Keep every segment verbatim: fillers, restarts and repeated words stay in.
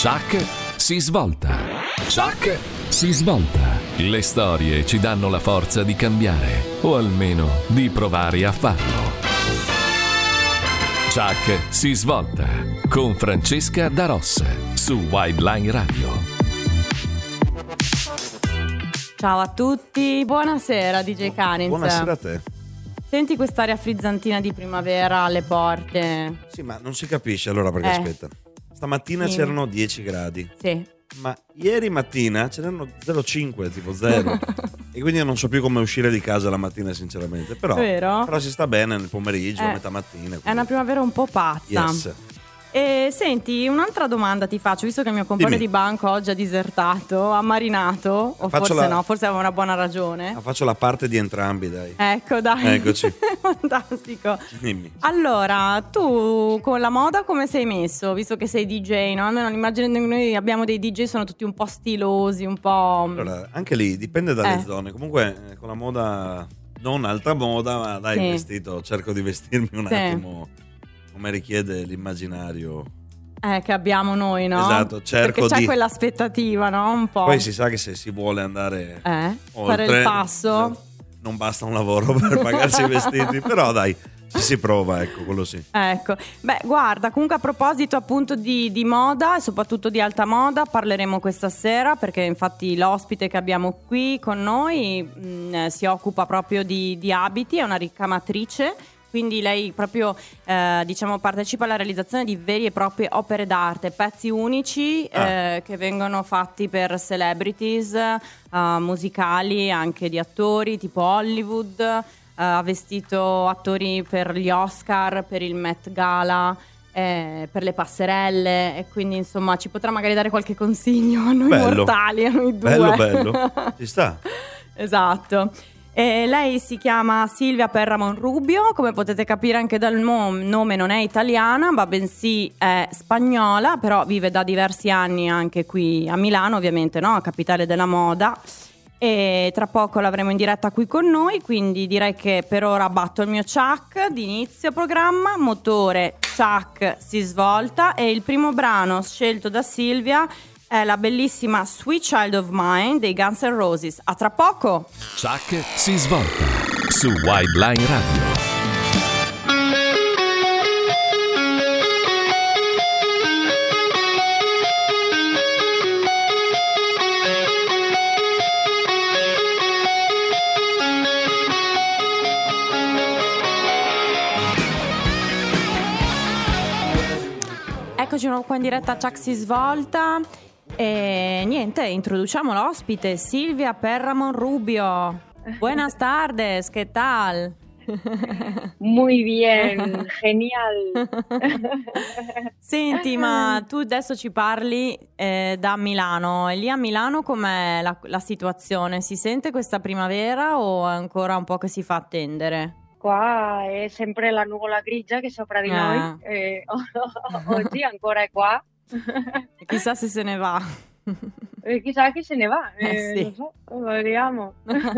Chuck si svolta. Chuck si svolta. Le storie ci danno la forza di cambiare, o almeno di provare a farlo. Chuck si svolta con Francesca Da Ross su Wildline Radio. Ciao a tutti, buonasera D J Karinz. Buonasera a te. Senti quest'aria frizzantina di primavera alle porte? Sì, ma non si capisce allora perché Eh. aspetta. Stamattina Sì. c'erano dieci gradi, Sì. ma ieri mattina c'erano zero virgola cinque, tipo zero. E quindi io non so più come uscire di casa la mattina sinceramente. Però, Vero? però si sta bene nel pomeriggio, Eh. a metà mattina. È quindi- una primavera un po' pazza. Yes. E senti, un'altra domanda ti faccio, visto che il mio compagno Dimmi. di banco oggi ha disertato, ha marinato, o Faccio forse la- no, forse aveva una buona ragione. Ma faccio la parte di entrambi, dai. Ecco, dai. Eccoci. Fantastico. Dimmi. Allora, tu con la moda come sei messo? Visto che sei D J, no? Almeno l'immagine che noi abbiamo dei D J sono tutti un po' stilosi, un po'... Allora, anche lì dipende dalle Eh. zone. Comunque eh, con la moda, non alta moda, ma dai, Sì. il vestito, cerco di vestirmi un Sì. attimo come richiede l'immaginario. Eh, che abbiamo noi, no? Esatto, cerco Perché c'è di- quell'aspettativa, no? Un po'. Poi si sa che se si vuole andare Eh, oltre, fare il passo. eh, non basta un lavoro per pagarsi i vestiti, però dai, ci si prova, ecco, quello sì. Ecco, beh guarda, comunque a proposito appunto di, di moda e soprattutto di alta moda parleremo questa sera, perché infatti l'ospite che abbiamo qui con noi mh, si occupa proprio di, di abiti, è una ricamatrice, quindi lei proprio eh, diciamo partecipa alla realizzazione di veri e proprie opere d'arte, pezzi unici Ah. eh, che vengono fatti per celebrities eh, musicali, anche di attori tipo Hollywood. Uh, ha vestito attori per gli Oscar, per il Met Gala, eh, per le passerelle, e quindi insomma ci potrà magari dare qualche consiglio a noi Bello. mortali, a noi due. Bello, bello, ci sta. Esatto. E lei si chiama Silvia Perramon Rubio, come potete capire anche dal mo- nome non è italiana, ma bensì è spagnola, però vive da diversi anni anche qui a Milano, ovviamente, no? Capitale della moda. E tra poco l'avremo in diretta qui con noi, quindi direi che per ora batto il mio Chuck di inizio programma, motore Chuck si svolta, e il primo brano scelto da Silvia è la bellissima Sweet Child of Mine dei Guns N' Roses. A tra poco! Chuck si svolta su Wildline Radio. Eccoci qua in diretta, Chuck si svolta. E niente, introduciamo l'ospite, Silvia Perramon Rubio. Buenas tardes, ¿qué tal? Muy bien, genial. Senti, ma tu adesso ci parli eh, da Milano, e lì a Milano com'è la, la situazione? Si sente questa primavera o è ancora un po' che si fa attendere? Qua è sempre la nuvola grigia che è sopra di Eh. noi. E oggi ancora è qua. E chissà se se ne va. E chissà chi se ne va. Eh, Eh, sì. non so, lo vediamo.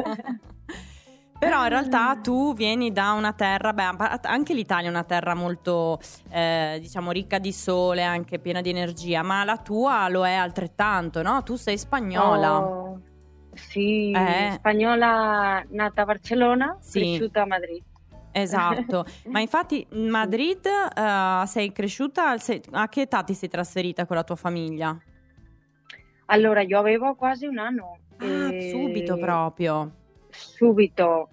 Però in realtà tu vieni da una terra, beh, anche l'Italia è una terra molto, eh, diciamo, ricca di sole, anche piena di energia, ma la tua lo è altrettanto, no? Tu sei spagnola. Oh, sì, Eh. spagnola nata a Barcellona, Sì. cresciuta a Madrid. Esatto, ma infatti in Madrid eh, sei cresciuta, sei- a che età ti sei trasferita con la tua famiglia? Allora, io avevo quasi un anno. Ah, e- subito proprio. Subito,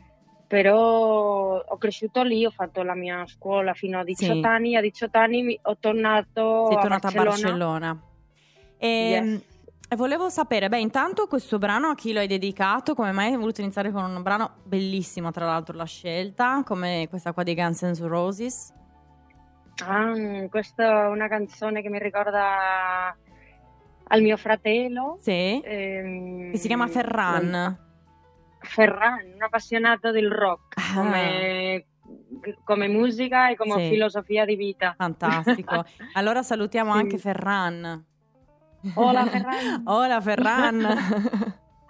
però ho cresciuto lì, ho fatto la mia scuola fino a diciotto Sì. anni, a diciotto anni mi- ho tornato Sei a tornata Barcellona. a Barcellona. E, Yes. e volevo sapere, beh, intanto questo brano a chi lo hai dedicato? Come mai hai voluto iniziare con un brano bellissimo, tra l'altro la scelta, come questa qua dei Guns N' Roses? Ah, questa è una canzone che mi ricorda al mio fratello, Sì, ehm, che si chiama Ferran. Ferran, un appassionato del rock, Ah. come, come musica e come Sì. filosofia di vita. Fantastico. Allora salutiamo Sì. anche Ferran. Hola, Ferran. Hola Ferran.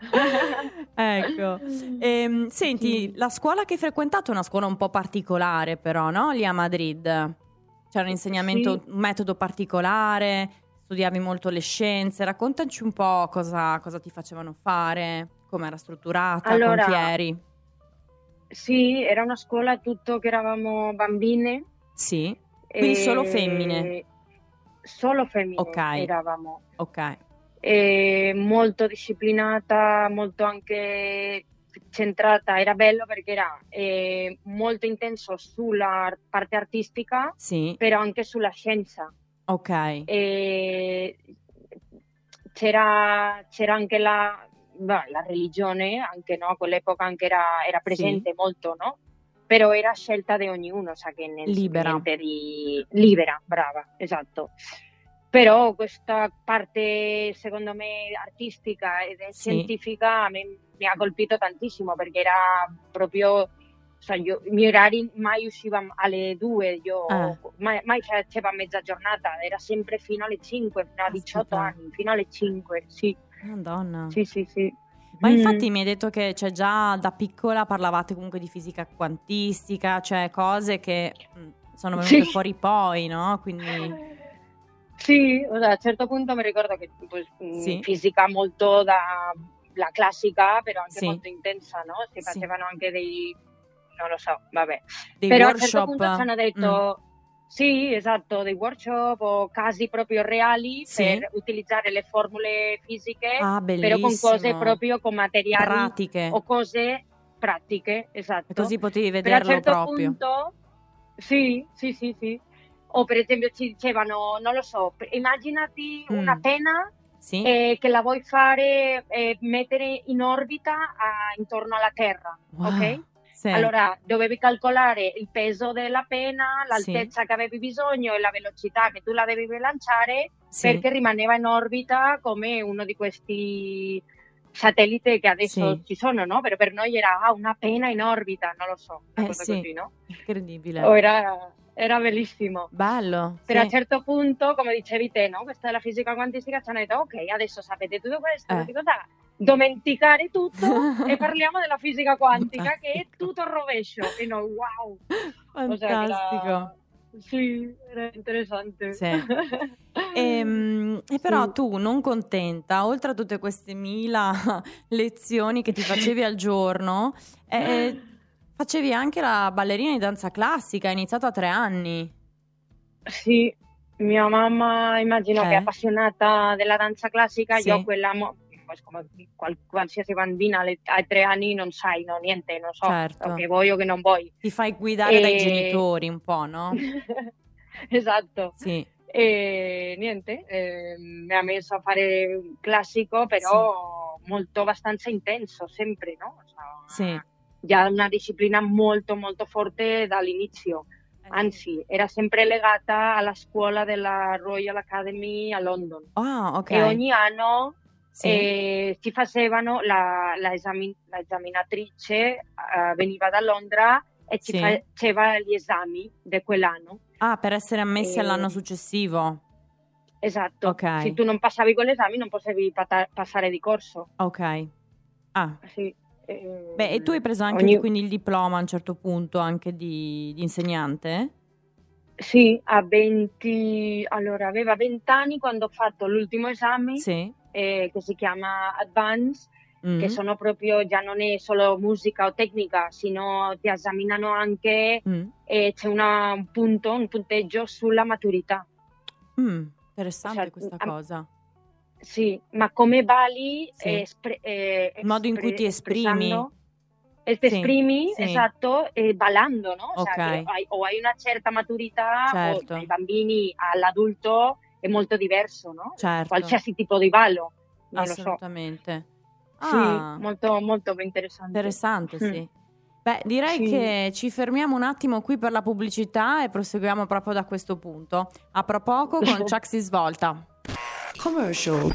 Ecco. Ehm, senti, Sì. la scuola che hai frequentato è una scuola un po' particolare, però, no? Lì a Madrid. C'era un insegnamento, Sì. un metodo particolare, studiavi molto le scienze, raccontaci un po' cosa, cosa ti facevano fare, come era strutturata, Allora, con chi eri. sì, era una scuola tutto che eravamo bambine. Sì, quindi solo e- femmine. Solo femmine Ok. eravamo. Ok, E molto disciplinata, molto anche centrata. Era bello perché era eh, molto intenso sulla parte artistica, sì, però anche sulla scienza. ok, E c'era, c'era anche la, beh, la religione, anche no, a quell'epoca anche era, era presente molto, no? Però era scelta di ognuno, sa che nel Libera. niente di libera, brava, esatto. Però questa parte, secondo me, artistica ed Sì. scientifica a me mi ha colpito tantissimo perché era proprio, cioè io, i miei orari mai uscivano alle due, io Eh. mai, mai faceva mezza giornata, era sempre fino alle cinque, fino a diciotto Caspita. anni, fino alle cinque, sì, Madonna. sì, sì, sì. Ma Mm. infatti mi hai detto che cioè, già da piccola parlavate comunque di fisica quantistica, cioè cose che mh, sono venute Sì. fuori poi, no? Quindi Sì, o sea, a un certo punto mi ricordo che pues, mh, Sì. fisica molto da la classica, però anche Sì. molto intensa, no? Si Sì. facevano anche dei, non lo so, vabbè. dei Però a un certo workshop. punto ci hanno mm, detto, sì, esatto, dei workshop o casi proprio reali Sì. per utilizzare le formule fisiche, Ah, però con cose bellissimo. proprio con materiali Pratiche. o cose pratiche, esatto. E così potevi Per a un vederlo certo proprio. punto, sì, sì, sì, sì. O per esempio ci dicevano, non lo so, p- immaginati Mm. una penna Sì? eh, che la vuoi fare eh, mettere in orbita ah, intorno alla Terra, Wow. ok? Sì. Allora dovevi calcolare il peso della penna, Sì. l'altezza che avevi bisogno e la velocità che tu la dovevi lanciare Sì. perché rimaneva in orbita come uno di questi satelliti che adesso Sì. ci sono, no? Però per noi era ah, una penna in orbita, non lo so, una Eh, cosa sì. così, no? Incredibile. O era, era bellissimo. Bello. Per a sì. un certo punto, come dicevi te, no? Questa è la fisica quantistica, ci hanno detto ok, adesso sapete tutto questo, Eh. queste cose, dimenticare tutto e parliamo della fisica quantica che è Fantastico. tutto al rovescio. E noi, wow! O sea, che Fantastico. era... Sì, era interessante. Sì. Ehm, E, però Sì. tu, non contenta, oltre a tutte queste mila lezioni che ti facevi al giorno, eh, facevi anche la ballerina di danza classica, hai iniziato a tre anni. Sì, mia mamma immagino Eh. che è appassionata della danza classica, Sì. io quella, mo- pues come qual- qualsiasi bambina alle- ai tre anni non sai, no, niente, non so, Certo. o che vuoi o che non vuoi. Ti fai guidare dai E- genitori un po', no? Esatto. Sì. E niente, eh, mi ha messo a fare un classico, però molto abbastanza intenso, sempre, no? O sea, Sì. già una disciplina molto molto forte dall'inizio. Eh, Anzi, era sempre legata alla scuola della Royal Academy a London. Ah, ok. E ogni anno Sì. eh, ci facevano, la, la, esami- la esaminatrice eh, veniva da Londra e ci Sì. faceva gli esami di quell'anno. Ah, per essere ammessi E- all'anno successivo. Esatto. Ok. Se tu non passavi quell'esame non potevi pata- passare di corso. Ok. Ah. Sì. eh, Beh, e tu hai preso anche ogni- quindi il diploma a un certo punto anche di, di insegnante? Sì, a venti, allora aveva venti anni quando ho fatto l'ultimo esame. Sì. eh, che si chiama Advance, Mm. che sono proprio, già non è solo musica o tecnica, sino ti esaminano anche Mm. e c'è una- un punto, un punteggio sulla maturità. Mm, interessante Cioè, questa am- cosa. Sì, ma come vali, Sì. eh, espre- eh, Il modo in cui ti esprimi. espressando- e ti Sì, esprimi, sì. esatto, e ballando, no? Cioè, Ok. che hai- o hai una certa maturità, Certo. o dai bambini all'adulto è molto diverso, no? Certo. Qualsiasi tipo di ballo, non lo so. Assolutamente. Sì, Ah, molto, molto interessante. interessante, Mm. sì. Beh, direi Sì. che ci fermiamo un attimo qui per la pubblicità e proseguiamo proprio da questo punto. A tra poco con Chuck si svolta. Commercial.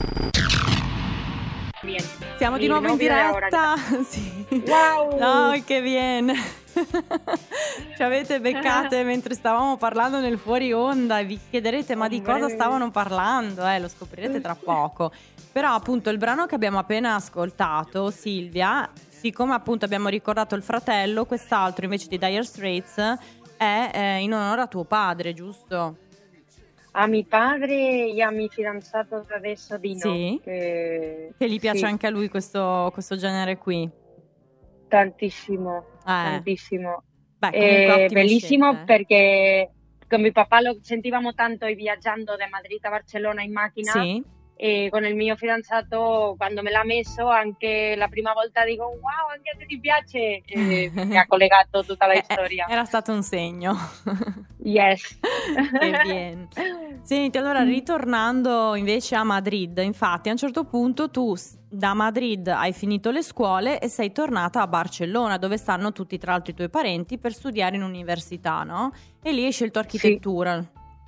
Bien. Siamo di Mi nuovo in novio è ora diretta. Sì. Wow! No, che viene. Ci avete beccate mentre stavamo parlando nel fuori onda e vi chiederete ma di cosa stavano parlando, eh, lo scoprirete tra poco. Però appunto il brano che abbiamo appena ascoltato, Silvia, siccome appunto abbiamo ricordato il fratello, quest'altro invece di Dire Straits è eh, in onore a tuo padre, giusto? A mio padre e a mio fidanzato adesso di no. Sì? Che, Che gli piace sì, anche a lui questo, questo genere qui. tantissimo, Eh, tantissimo. beh, comunque È ottime bellissimo scelte. perché con mio papà lo sentivamo tanto viaggiando da Madrid a Barcellona in macchina. Sì? E con il mio fidanzato, quando me l'ha messo, anche la prima volta dico wow, anche a te ti piace, e mi ha collegato tutta la Eh, eh, storia. Era stato un segno. Yes. Che bien. Senti, allora ritornando invece a Madrid, infatti a un certo punto tu s- da Madrid hai finito le scuole e sei tornata a Barcellona, dove stanno tutti tra l'altro i tuoi parenti, per studiare in università, no? E lì hai scelto architettura.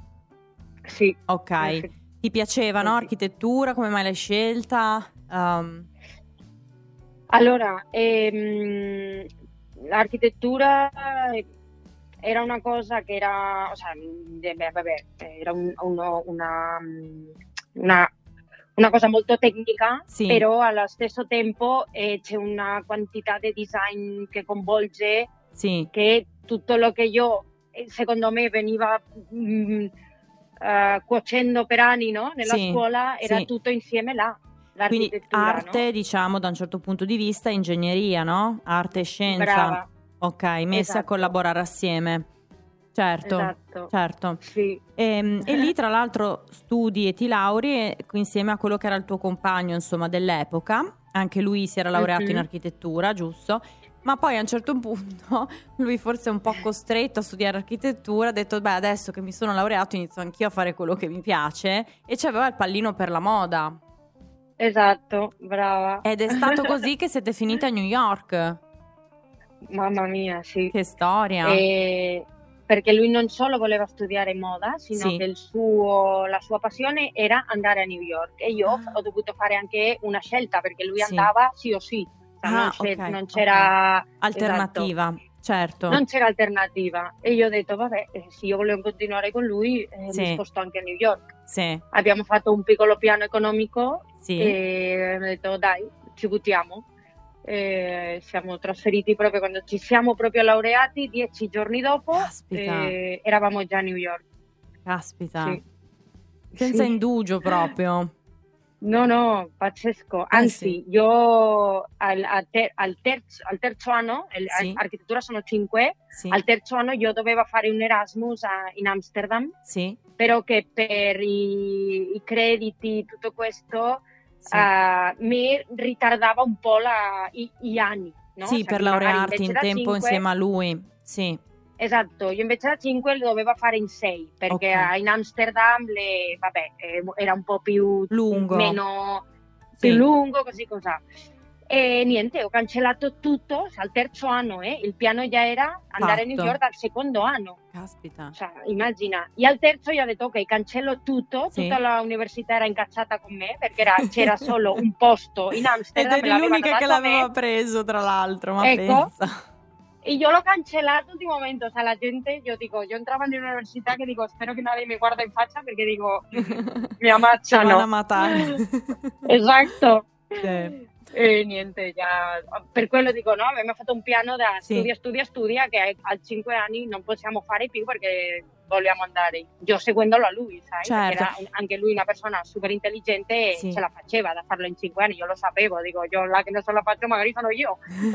Sì. Ok. Perfetto. Ti piaceva, no? Sì. Architettura, come mai l'hai scelta? Um, Allora, ehm, l'architettura era una cosa che era, o sea, de- beh, vabbè, era un- uno- una, una, una cosa molto tecnica, Sì. però allo stesso tempo eh, c'è una quantità di design che coinvolge sì, che tutto lo che io, eh, secondo me, veniva mm, eh, cuocendo per anni, no? Nella Sì, scuola, era sì. tutto insieme là, Quindi l'architettura, arte, no? diciamo, da un certo punto di vista, ingegneria, no? Arte e scienza. Brava, Ok, messe a esatto. collaborare assieme. Certo, esatto, certo. sì. E, e lì, tra l'altro, studi e ti lauri insieme a quello che era il tuo compagno, insomma, dell'epoca. Anche lui si era laureato in Mhm. architettura, giusto? Ma poi a un certo punto lui forse un po' costretto a studiare architettura ha detto beh adesso che mi sono laureato inizio anch'io a fare quello che mi piace e c'aveva il pallino per la moda Esatto, brava. ed è stato così che siete finiti a New York. Mamma mia, sì. Che storia. E perché lui non solo voleva studiare moda, sino Sì. che il suo, la sua passione era andare a New York e io Ah. ho dovuto fare anche una scelta perché lui Sì. andava sì o sì. Cioè, Ah, non, c'è- ok, non ok. c'era Alternativa, certo. esatto, non c'era alternativa e io ho detto vabbè, eh, se io volevo continuare con lui eh, Sì. mi sposto anche a New York. Sì, Abbiamo fatto un piccolo piano economico sì. e abbiamo detto dai, ci buttiamo. E siamo trasferiti proprio quando ci siamo proprio laureati, dieci giorni dopo Caspita. eh, eravamo già a New York. Caspita. Sì. Senza Sì. indugio proprio. No, no, pazzesco. Eh, Anzi, sì. io al, al ter- al terzo, al terzo anno, el- Sì. architettura sono cinque, Sì. al terzo anno io dovevo fare un Erasmus a- in Amsterdam, Sì. però che per i, i crediti, tutto questo, Sì. eh, mi ritardava un po' la- i, gli anni. No? Sì, Cioè, per che magari laurearti invece in da tempo cinque insieme a lui. Sì. Esatto, io invece da cinque lo dovevo fare in sei perché Ok. in Amsterdam le, vabbè, eh, era un po' più Lungo. meno Sì. più lungo, così così. E niente, ho cancellato tutto al terzo anno, eh. Il piano già era andare a New Fatto. York al secondo anno. Caspita. Cioè, immagina. E al terzo io ho detto ok, cancello tutto, Sì. tutta l'università era incazzata con me perché era- c'era solo un posto in Ed Amsterdam. eri me l'avevano l'unica che dato a me. l'aveva preso, tra l'altro, ma Ecco. pensa. E io l'ho cancellato l'ultimo momento, o sea, la gente, io dico, io entravo nell'università che dico, spero che nadie mi guarda in faccia perché dico, mm, mi ammazzano. Ti vanno a matare. Esatto. Sì. E niente, già, per quello dico, no, abbiamo fatto un piano da Sì. studia, studia, studia, che a cinque anni non possiamo fare più perché vogliamo andare. Io seguendolo a lui, sai, Certo. perché era un- anche lui una persona super intelligente e Sì. ce la faceva da farlo in cinque anni, io lo sapevo, dico, io là che non se la faccio magari sono io.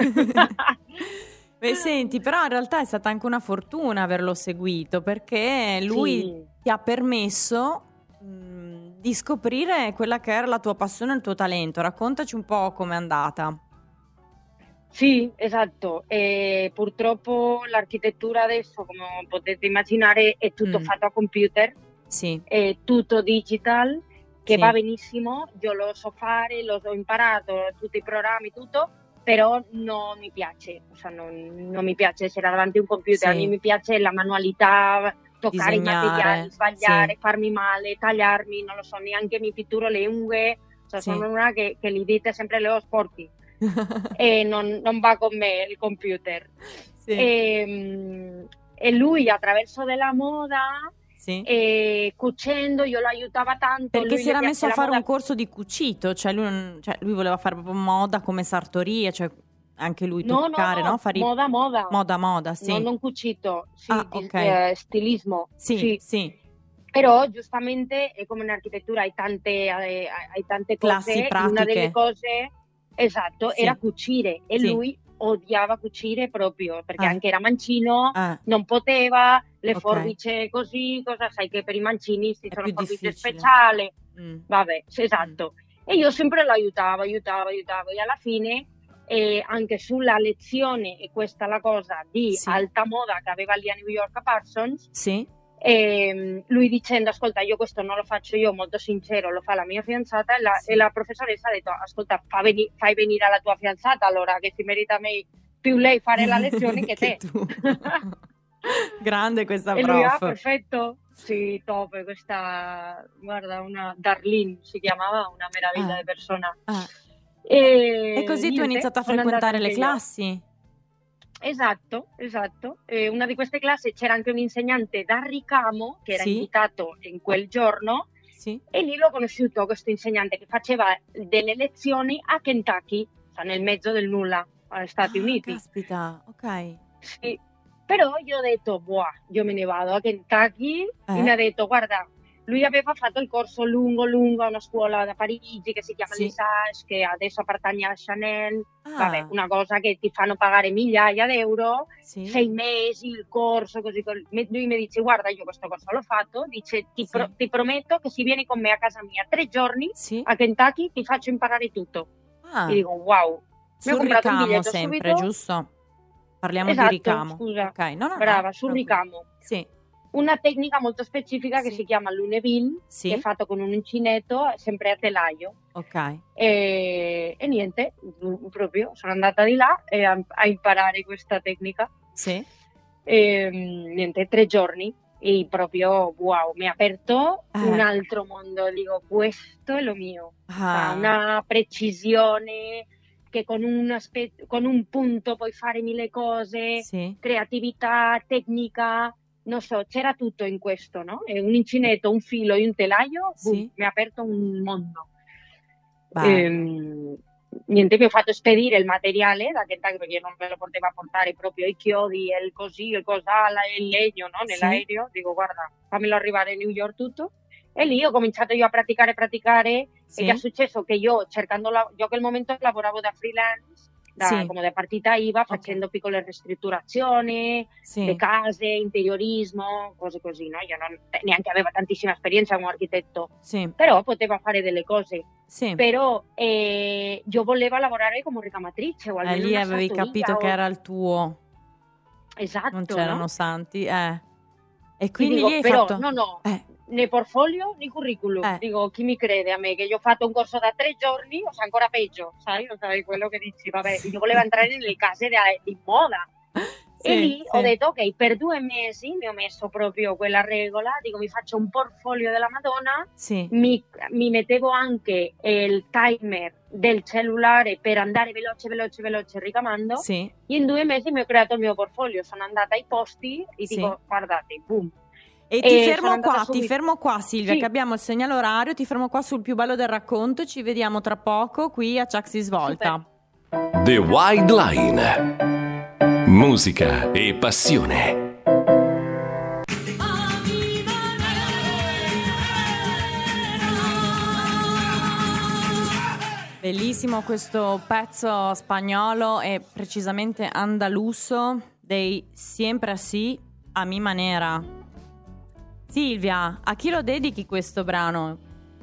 Beh, senti, però in realtà è stata anche una fortuna averlo seguito perché lui Sì. ti ha permesso mh, di scoprire quella che era la tua passione e il tuo talento. Raccontaci un po' com'è andata. Sì, esatto. E purtroppo l'architettura adesso, come potete immaginare, è tutto Mm. fatto a computer, Sì, è tutto digital, che Sì. va benissimo, io lo so fare, lo ho imparato, tutti i programmi, tutto, però non mi piace, o sea, non, non mi piace essere davanti a un computer, Sì. a me mi piace la manualità, toccare Disegnare, i materiali, sbagliare, sì. farmi male, tagliarmi, non lo so, neanche mi pitturo le unghie, cioè, Sì. sono una che, che li dite sempre le ho sporchi e non, non va con me il computer. Sì. E, mm, e lui attraverso della moda Sì. e cucendo io lo aiutava tanto. Perché lui si le era piace messo a la fare moda. un corso di cucito, cioè lui, non- cioè lui voleva fare proprio moda come sartoria, cioè anche lui No, no, toccare, no? no, Fare i- moda, moda. moda, moda, sì. No, non cucito, sì, Ah, di- ok. eh, stilismo. Sì, Sì. sì. Però giustamente è come in architettura, hai tante, hai, hai tante Classi cose, una delle pratiche. cose, esatto, Sì. era cucire e Sì. lui odiava cucire proprio, perché Eh. anche era mancino, Eh. non poteva, le Ok. forbice così, cosa sai che per i mancini ci È sono più forbice difficile. speciali, Mm. vabbè, sì, esatto. E io sempre lo aiutavo, aiutavo, aiutavo e alla fine eh, anche sulla lezione, e questa è la cosa di Sì. alta moda che aveva lì a New York a Parsons, Sì. e lui dicendo ascolta, io questo non lo faccio io, molto sincero, lo fa la mia fidanzata, e la, Sì. e la professoressa ha detto ascolta, fa veni- fai venire la tua fidanzata allora, che si merita me, più lei fare la lezione che, Che te. tu. Grande questa E lui, ah, prof. perfetto, sì, top, questa, guarda, una Darlene si chiamava, una meraviglia Ah. di persona. Ah. E, E così tu hai niente, iniziato a sono andata frequentare le anche io. classi? Esatto, esatto. E una di queste classi c'era anche un insegnante da ricamo che era Sì. invitato in quel giorno, Sì. e lì l'ho conosciuto, questo insegnante che faceva delle lezioni a Kentucky, cioè nel mezzo del nulla, agli Stati Ah, Uniti. caspita, ok. Sì. Però io ho detto, boh, io me ne vado a Kentucky, Eh? e mi ha detto, guarda, lui aveva fatto il corso lungo lungo a una scuola da Parigi che si chiama Sì. Lesage, che adesso appartiene alla Chanel, vabbè, Ah, una cosa che ti fanno pagare migliaia d'euro, sì. sei mesi il corso, così. col- me- Lui mi dice, guarda, io questo corso l'ho fatto, dice, ti, Sì. pro- ti prometto che se vieni con me a casa mia tre giorni Sì. a Kentucky ti faccio imparare tutto. Ah, E dico, wow. Mi ho sul comprato un ricamo biglietto sempre, subito. giusto? Parliamo Esatto, di ricamo. scusa. Ok, no, no, Brava, no, sul tranquillo. ricamo. Sì. Una tecnica molto specifica che Sì. si chiama Luneville, Sì. che è fatto con un uncinetto sempre a telaio. Ok. E, e niente, mm, proprio sono andata di là e a, a imparare questa tecnica. Sì. E, mm, niente, tre giorni e proprio wow, mi ha aperto Eh. un altro mondo. Dico, questo è lo mio. Ha Ah, una precisione che con un, aspe- con un punto puoi fare mille cose, sì. creatività, tecnica, non so, c'era tutto in questo, no? E un uncinetto, un filo e un telaio, boom, Sì. mi ha aperto un mondo. Bello. Ehm, niente, mi ho fatto spedire il materiale da Kentucky perché non me lo poteva portare proprio i chiodi e il così, il cos'ha, il legno, no? Sì. Nell'aereo. Dico, guarda, fammelo arrivare a New York tutto. E lì ho cominciato io a praticare, praticare. Sì. E che è successo che io cercando, la- io a quel momento lavoravo da freelance, da, Sì. come da partita I V A, Ok. facendo piccole ristrutturazioni, Sì. le case, interiorismo, cose così, no? Io non, neanche avevo tantissima esperienza come architetto, Sì. però poteva fare delle cose. Sì. Però eh, io volevo lavorare come ricamatrice o Eh, almeno lì una avevi sartoria capito o- che era il tuo, Esatto, non c'erano no? santi, eh. E Ti quindi dico, lì hai però fatto... no, no, Eh, né portfolio né curriculum. Eh. Dico, chi mi crede a me che io ho fatto un corso da tre giorni, o sia ancora peggio, sai? Non sai quello che dici, vabbè, io volevo entrare nelle case di, di moda. sì, E lì sì. ho detto, ok, per due mesi mi ho messo proprio quella regola, dico, mi faccio un portfolio della Madonna, Sì. mi, mi mettevo anche il timer del cellulare per andare veloce, veloce, veloce ricamando. Sì. E in due mesi mi ho creato il mio portfolio, sono andata ai posti e Sì. dico, guardate, boom. E E ti sono fermo andata qua, ti subito. fermo qua Silvia, Sì. che abbiamo il segnale orario, ti fermo qua sul più bello del racconto, ci vediamo tra poco qui a Chuck si svolta. The Wild Line. Musica e passione. Bellissimo questo pezzo spagnolo e precisamente andaluso dei Siempre Así a mi manera. Siglia, a chi lo dedichi questo brano?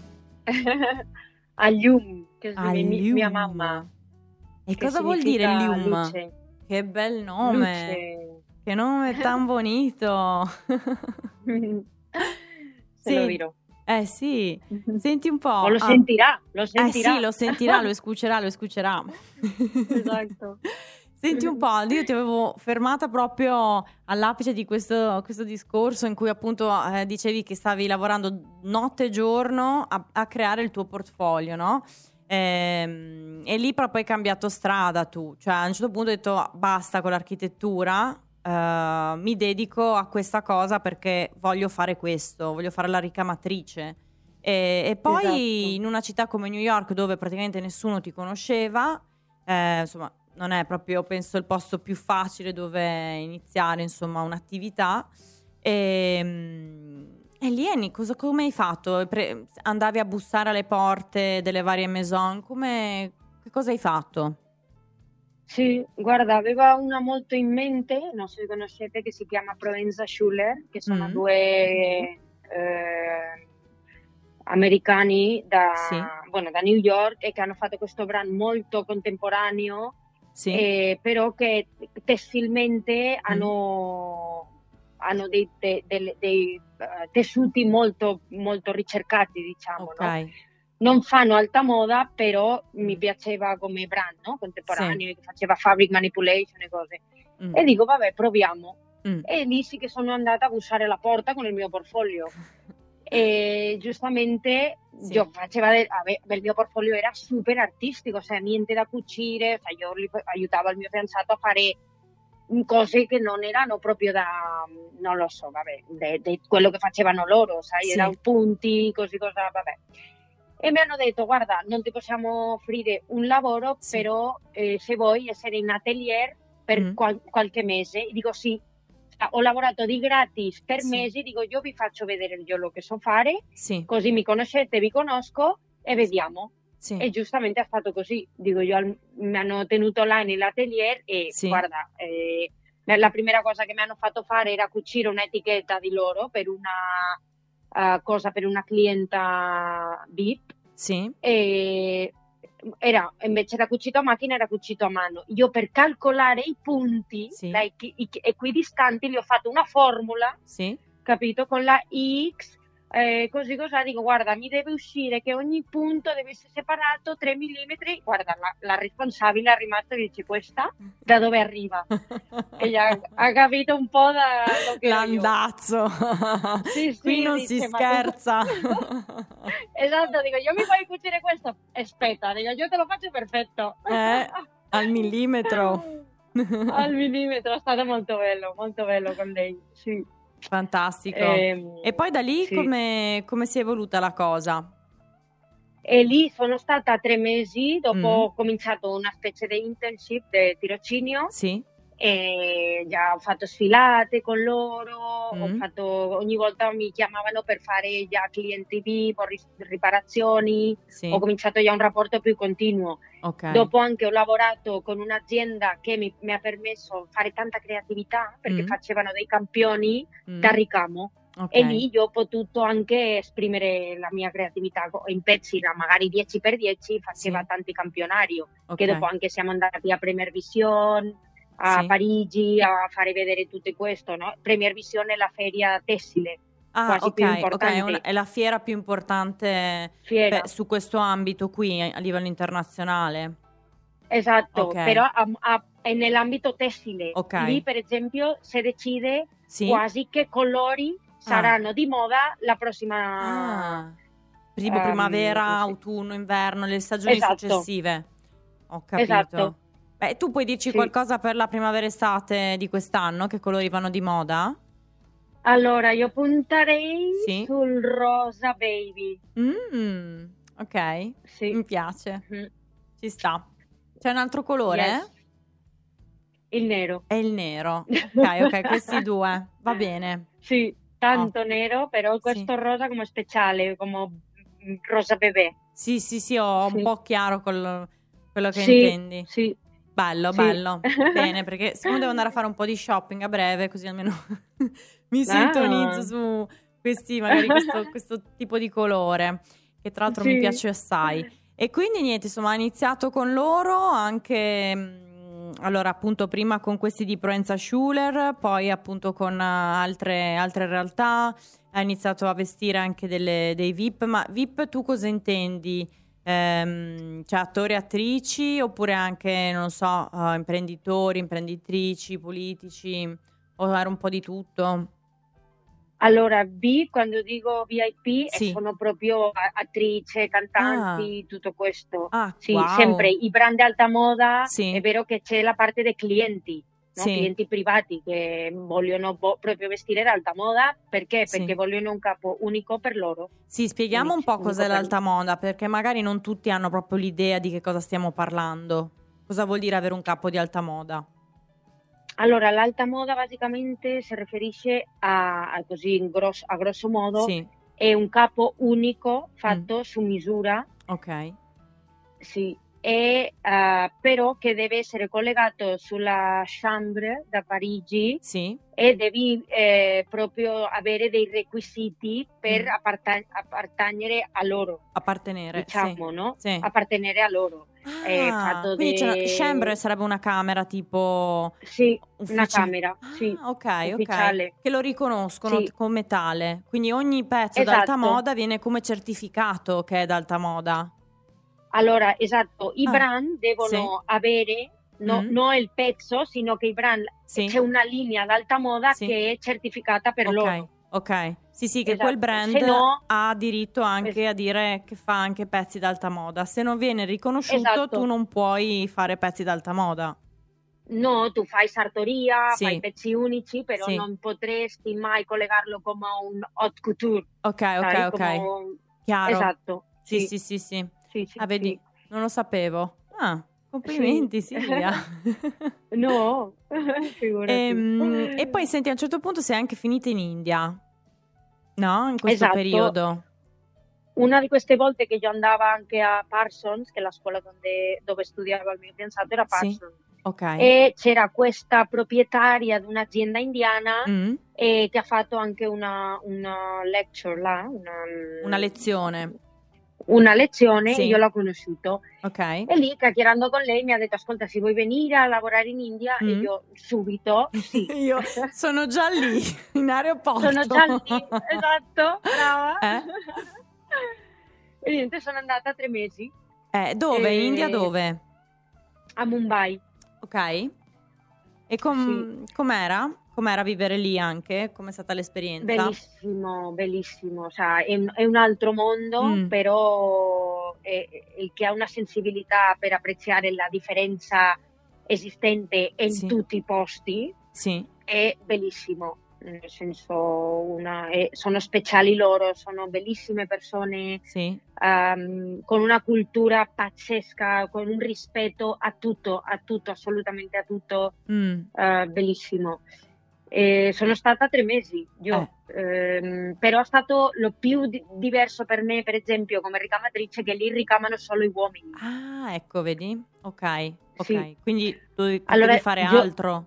A Lium, che A è mi- Lium. mia mamma. E che cosa vuol dire significa Lium? luce. Che bel nome. Luce. Che nome tan bonito. Se Sì. lo dirò. Eh sì, senti un po'. O lo ah, sentirà, lo Eh sentirà. sì, lo sentirà, lo escucherà, lo escucherà. Esatto. Senti un po', io ti avevo fermata proprio all'apice di questo, questo discorso in cui appunto eh, dicevi che stavi lavorando notte e giorno a, a creare il tuo portfolio, no? Ehm, e lì proprio hai cambiato strada tu, cioè a un certo punto hai detto basta con l'architettura, eh, mi dedico a questa cosa perché voglio fare questo, voglio fare la ricamatrice. E, e poi Esatto. in una città come New York dove praticamente nessuno ti conosceva, eh, insomma non è proprio penso il posto più facile dove iniziare insomma un'attività, e, E Lieni, cosa, come hai fatto? Pre- andavi a bussare alle porte delle varie maison? Come, che cosa hai fatto? Sì, guarda, aveva una molto in mente, non so se conoscete, che si chiama Proenza Schuller, che sono Mm. due eh, americani da, Sì. bueno, da New York e che hanno fatto questo brand molto contemporaneo, Sì. eh, però che tessilmente Mm. hanno, hanno dei, de- delle- dei, eh, tessuti molto, molto ricercati, diciamo, Ok. no? Non fanno alta moda, però mi Mm. piaceva come brand, no? Sì. Contemporaneo, che faceva fabric manipulation e cose. Mm. E dico, vabbè, proviamo. Mm. E lì sì che sono andata a bussare alla porta con il mio portfolio. E giustamente Sì. io faceva del- ave- il mio portfolio era super artistico, cioè niente da cucire, cioè io li- aiutavo il mio fidanzato a fare cose che non erano proprio da, non lo so, vabbè, de- de- quello che facevano loro, sai, Sì. erano punti, così cosa, vabbè. E mi hanno detto, guarda, non ti possiamo offrire un lavoro, Sì. però eh, se vuoi essere in atelier per Mm. qual- qualche mese. E dico sì, ho lavorato di gratis per Sì. mesi, dico io vi faccio vedere io lo che so fare, Sì. così mi conoscete, vi conosco e vediamo. Sì. E giustamente è stato così, dico io, al- mi hanno tenuto là nell'atelier e Sì. guarda, eh, la prima cosa che mi hanno fatto fare era cucire un'etichetta di loro per una eh, cosa, per una clienta V I P. Sì. E era, invece era cucito a macchina, era cucito a mano. Io per calcolare i punti, Sì. la equi- i- equidistanti, gli ho fatto una formula, Sì. capito? Con la X, eh, così cosa dico, guarda, mi deve uscire che ogni punto deve essere separato tre millimetri. Guarda, la, la responsabile è rimasta e dice, questa da dove arriva? E gli ha, ha capito un po' da lo che ero io. L'andazzo. Sì, sì, Qui non dice, si ma scherza. Esatto, dico, io mi puoi cucire questo? Aspetta, dico, io te lo faccio perfetto. Eh, al millimetro. Al millimetro, è stato molto bello, molto bello con lei, sì. Fantastico. Ehm, E poi da lì sì. come, come si è evoluta la cosa? E lì sono stata tre mesi, dopo Mm. ho cominciato una specie di internship di tirocinio Sì. e già ho fatto sfilate con loro, ho Mm. fatto, ogni volta mi chiamavano per fare già clienti V I P o ris- riparazioni, Sì. ho cominciato già un rapporto più continuo. Ok. Dopo anche ho lavorato con un'azienda che mi, mi ha permesso di fare tanta creatività perché Mm. facevano dei campioni Mm. da ricamo. Ok. E lì io ho potuto anche esprimere la mia creatività in pezzi da magari dieci per dieci, faceva Sì. tanti campionario, Ok. che dopo anche siamo andati a Premier Vision, a Sì. Parigi, a fare vedere tutto questo, no? Premier Vision è la feria tessile, Ah, quasi ok, più ok, importante. è, una- è la fiera più importante Fiera. per- su questo ambito qui a a livello internazionale. Esatto, Ok. però a- a- è nell'ambito tessile. Ok. Lì, per esempio, si decide Sì. quasi che colori saranno di moda la prossima... Ah, tipo ehm, primavera, come si- autunno, inverno, le stagioni Esatto. successive. Ho capito. Esatto. Beh, tu puoi dirci Sì. qualcosa per la primavera-estate di quest'anno? Che colori vanno di moda? Allora, io punterei Sì. sul rosa baby. Mm, ok, Sì. mi piace, Mhm. ci sta. C'è un altro colore? Yes. Il nero. È il nero. Ok, ok, questi due. Va bene. Sì, tanto Ottimo. nero, però questo rosa come speciale, come mm, rosa bebè. Sì, sì, sì, ho un Sì. po' chiaro col- quello che Sì, intendi. sì. Bello, Sì. bello. Bene, perché siccome devo andare a fare un po' di shopping a breve, così almeno mi Ah. sintonizzo su questi, magari questo, questo tipo di colore, che tra l'altro mi Sì. piace assai. E quindi niente, insomma, ho iniziato con loro anche, mh, allora appunto prima con questi di Proenza Schuller, poi appunto con uh, altre, altre realtà, ha iniziato a vestire anche delle- dei V I P, ma V I P tu cosa intendi? Ehm, cioè attori e attrici oppure anche, non so, uh, imprenditori, imprenditrici, politici, o era un po' di tutto? Allora, V, quando dico V I P, Sì. eh, sono proprio a- attrice, cantanti, tutto questo. Ah, Sì, wow. sempre i brand alta moda, Sì. è vero che c'è la parte dei clienti, no? Sì. Clienti privati che vogliono bo- proprio vestire d'alta moda, perché? Sì. Perché vogliono un capo unico per loro. Sì, spieghiamo un po' Unico cos'è per- l'alta moda, perché magari non tutti hanno proprio l'idea di che cosa stiamo parlando. Cosa vuol dire avere un capo di alta moda? Allora, l'alta moda basicamente si riferisce a, a così in grosso, a grosso modo, Sì. è un capo unico Mm. fatto su misura, Ok. sì, e eh, però che deve essere collegato sulla Chambre da Parigi Sì. e devi eh, proprio avere dei requisiti per Mm. apparta- appartenere a loro, Appartenere. diciamo, Sì. no? Sì. Appartenere a loro. È Ah, fatto quindi c'è una de- chambre sarebbe una camera tipo Sì, una ufficia- camera, sì, Ah, ok, ok. ufficiale. Che lo riconoscono Sì. t- come tale. Quindi ogni pezzo d'alta Esatto. moda viene come certificato che è d'alta moda. Allora, esatto, i Ah, brand devono avere no, Mm. non il pezzo, sino che i brand Sì. c'è una linea d'alta moda Sì. che è certificata per Ok, loro. ok. Sì, sì, che Esatto. quel brand Se no- ha diritto anche Es- a dire che fa anche pezzi d'alta moda. Se non viene riconosciuto, Esatto. tu non puoi fare pezzi d'alta moda. No, tu fai sartoria, Sì. fai pezzi unici, però Sì. non potresti mai collegarlo come un haute couture. Ok, ok, sai? ok. Come un- Chiaro. Esatto. Sì, Sì, sì, sì, sì. sì, sì, Ah, vedi, sì. non lo sapevo. Ah, complimenti, Sì. Silvia. No, figurati. Ehm, E, poi senti, a un certo punto sei anche finita in India, no? In questo Esatto. periodo. Una di queste volte che io andavo anche a Parsons, che è la scuola donde- dove studiava il mio fidanzato, era Sì. Parsons. Ok. E c'era questa proprietaria di un'azienda indiana Mm, e che ha fatto anche una, una lecture là, una, Una lezione. una lezione, Sì. io l'ho conosciuto. Ok. E lì, chiacchierando con lei, mi ha detto: ascolta, se vuoi venire a lavorare in India? E Mm. io subito, sì. Io sono già lì, in aeroporto. Sono già lì, esatto, brava. Eh? E niente, sono andata tre mesi Eh, dove? In E- India dove? a Mumbai. Ok. E com- com'era? Com'era vivere lì anche? Com'è stata l'esperienza? Bellissimo, bellissimo, cioè, è, un- è un altro mondo, Mm. però è- è- il che ha una sensibilità per apprezzare la differenza esistente in Sì. tutti i posti Sì. è bellissimo, nel senso una, è- sono speciali loro, sono bellissime persone, Sì. ehm, con una cultura pazzesca, con un rispetto a tutto, a tutto, assolutamente a tutto, Mm. eh, bellissimo. E sono stata tre mesi, io, ehm, però è stato lo più di- diverso per me, per esempio, come ricamatrice, che lì ricamano solo gli uomini. Ah, ecco, vedi? Ok, ok. Sì. Quindi tu potevi Allora, fare io- altro?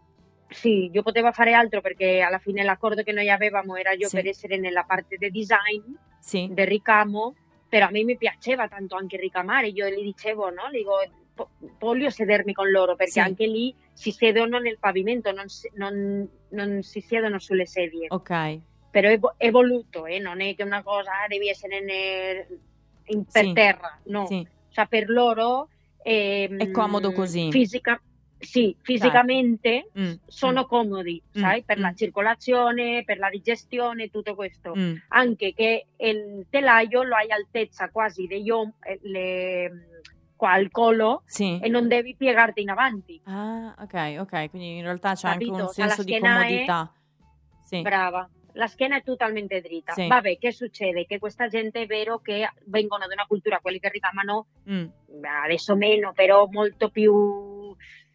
Sì, io potevo fare altro perché alla fine l'accordo che noi avevamo era io Sì. per essere nella parte del design, Sì. del ricamo, però a me mi piaceva tanto anche ricamare, io gli dicevo, no? Gli dico, "Po- voglio sedermi con loro perché Sì. anche lì si siedono nel pavimento, non si, non- non si siedono sulle sedie. Ok. Però è, vo- è voluto, eh, non è che una cosa ah, devi essere nel- in- per Sì. terra, no. Sì. Cioè per loro ehm, È comodo così. Fisica, sì, fisicamente Mm, sono mm, comodi, Mm, sai, per mm. la circolazione, per la digestione, tutto questo. mm. Anche che il telaio lo hai altezza quasi degli om- eh, le- qua al collo Sì. e non devi piegarti in avanti. Ah, ok, ok. Quindi in realtà c'è anche Capito? un Cioè, la senso di schiena è- comodità. Sì. Brava. La schiena è totalmente dritta. Sì. Vabbè, che succede? Che questa gente è vero che vengono da una cultura, quelli che ricamano, Mm, beh, adesso meno, però molto più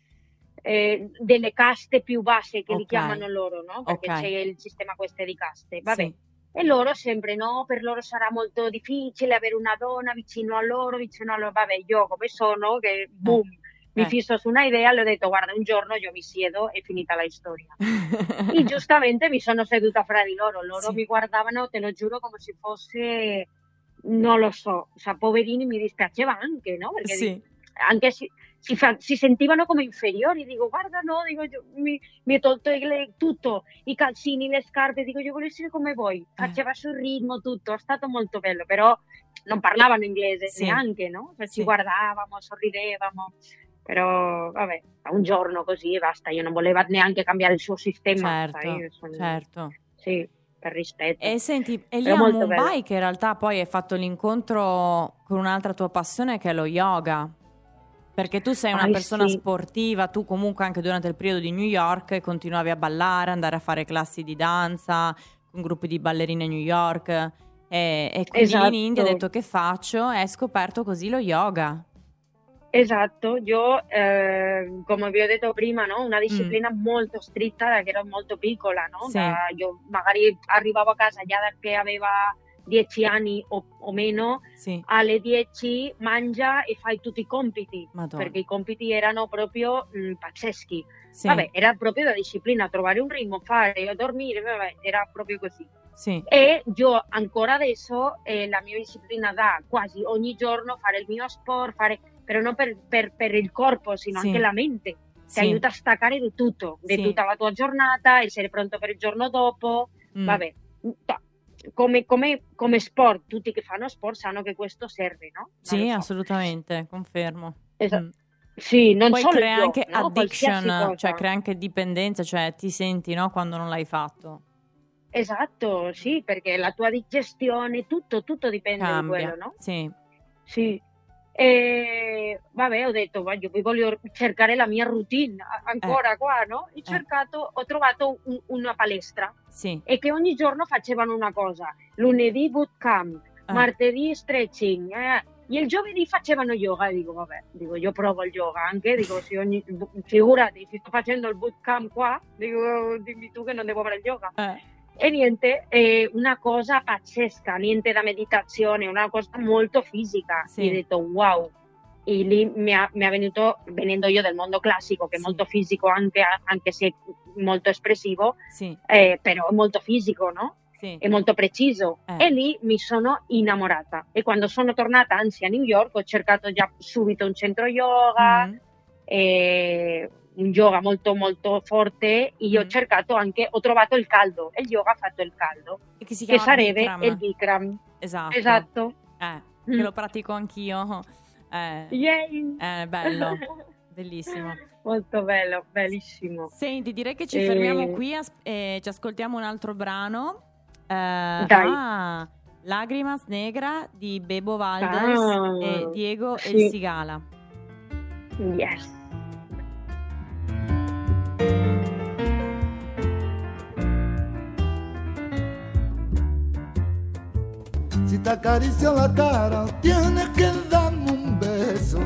eh, delle caste più basse che li Ok. chiamano loro, no? Perché Ok. c'è il sistema questo di caste. Vabbè. Sì. E loro sempre no, per loro sarà molto difficile avere una donna vicino a loro, vicino a loro. Vabbè, io come sono, che boom, mi eh. fisso su una idea, le ho detto guarda, un giorno io mi siedo e finita la storia. E giustamente mi sono seduta fra di loro, loro Sì. mi guardavano, te lo giuro, come se fosse, non lo so, cioè, poverini, mi dispiaceva anche, no? Perché Sì. anche si, si, fa- si sentivano come inferiori, dico guarda no, dico, io- mi, mi ho tolto il- tutto, i calzini, le scarpe, dico io voglio essere come voi, faceva sul ritmo tutto, è stato molto bello, però non parlavano inglese Sì. neanche, no? Cioè, Sì. ci guardavamo, sorridevamo. Però vabbè, un giorno così e basta, io non volevo neanche cambiare il suo sistema, Certo, sai, io sono- certo. sì, per rispetto. E senti, è lì Però a molto Mumbai bello. che in realtà poi hai fatto l'incontro con un'altra tua passione che è lo yoga. Perché tu sei una Ah, persona sì. sportiva, tu comunque anche durante il periodo di New York continuavi a ballare, andare a fare classi di danza con gruppi di ballerine a New York e, e quindi lì in India hai Esatto. detto che faccio e hai scoperto così lo yoga. Esatto, io eh, come vi ho detto prima, no? Una Mm, disciplina molto stretta da che ero molto piccola, no? sì, Da- io magari arrivavo a casa già da che aveva dieci anni o, o meno, sì, alle dieci mangia e fai tutti i compiti, Madonna. perché i compiti erano proprio mm, pazzeschi. Sì, Vabbè, era proprio la disciplina, trovare un ritmo, fare, dormire, vabbè, era proprio così. sì, E io ancora adesso eh, la mia disciplina da quasi ogni giorno fare il mio sport, fare, però non per, per- per il corpo, sino sì, anche la mente. Ti sì, aiuta a staccare di tutto, di sì. tutta la tua giornata, essere pronto per il giorno dopo. Mm, Vabbè, ta- come, come- come sport, tutti che fanno sport sanno che questo serve, no? Non sì, lo so. assolutamente, confermo. Esa- Mm. Sì, non Poi solo crea io, anche no? Qualsiasi addiction, cioè cosa. crea anche dipendenza, cioè ti senti, no, quando non l'hai fatto. Esatto, sì, perché la tua digestione, tutto, tutto dipende di quello, Cambia, no? sì, Sì. E vabbè, ho detto, voglio, voglio cercare la mia routine a- eh, ancora qua, no? Ho eh, cercato, ho trovato un- una palestra sì, e che ogni giorno facevano una cosa. Lunedì bootcamp, eh, martedì stretching, eh, e il giovedì facevano yoga. E dico, vabbè, dico, io provo il yoga anche, dico, se ogni, figurati, se sto facendo il bootcamp qua, dico, dimmi tu che non devo fare il yoga. eh, E niente, è una cosa pazzesca, niente da meditazione, una cosa molto fisica. E ho sì, detto wow. E lì mi è, mi è venuto, venendo io del mondo classico, che è sì, molto fisico anche, anche se molto espressivo, sì, eh, però è molto fisico, no? sì, È molto preciso. eh, E lì mi sono innamorata. E quando sono tornata, anzi a New York, ho cercato già subito un centro yoga, mm, e un yoga molto molto forte. Io ho mm. cercato anche, ho trovato il caldo, e il yoga ha fatto il caldo, E che si che chiama sarebbe il Bikram, Bikram. esatto, Esatto. eh, che Mm. lo pratico anch'io, eh, Yay! è bello, bellissimo. Molto bello, bellissimo. Senti, direi che ci fermiamo E qui as- e ci ascoltiamo un altro brano. Eh, dai. ah, Lágrimas Negra di Bebo Valdez e Ah, Diego El sì, Cigala. yes. Si te acaricio la cara, tienes que darme un beso.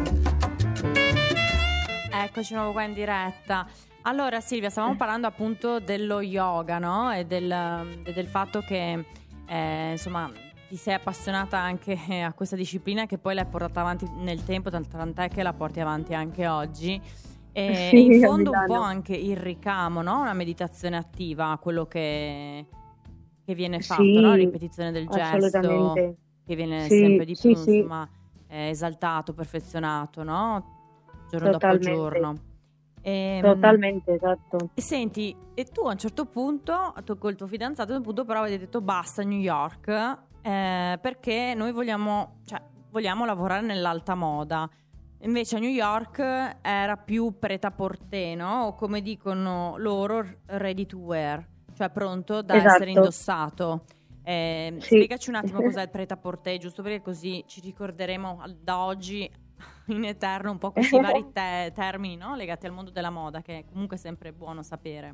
Eccoci nuovo qua in diretta. Allora Silvia, stavamo parlando appunto dello yoga, no? E del, del fatto che eh, insomma ti sei appassionata anche a questa disciplina, che poi l'hai portata avanti nel tempo, tant'è che la porti avanti anche oggi. E, e in Sì, a fondo un po' Milano. anche il ricamo, no? Una meditazione attiva, quello che, che viene fatto, no? Sì, Ripetizione del gesto, assolutamente. che viene sempre Sì, di sì, più, sì, insomma, eh, esaltato, perfezionato, no? Giorno dopo totalmente, giorno. E, totalmente, esatto. e senti, e tu a un certo punto, tu col tuo fidanzato, a un punto però avete detto basta New York, eh, perché noi vogliamo, cioè, vogliamo lavorare nell'alta moda. Invece a New York era più prêt-à-porter, no? O come dicono loro, ready to wear, cioè pronto da essere Esatto, indossato. Eh, sì. spiegaci un attimo cos'è il prêt-à-porter, giusto perché così ci ricorderemo al- da oggi in eterno un po' questi vari te- termini, no? Legati al mondo della moda, che è comunque sempre buono sapere.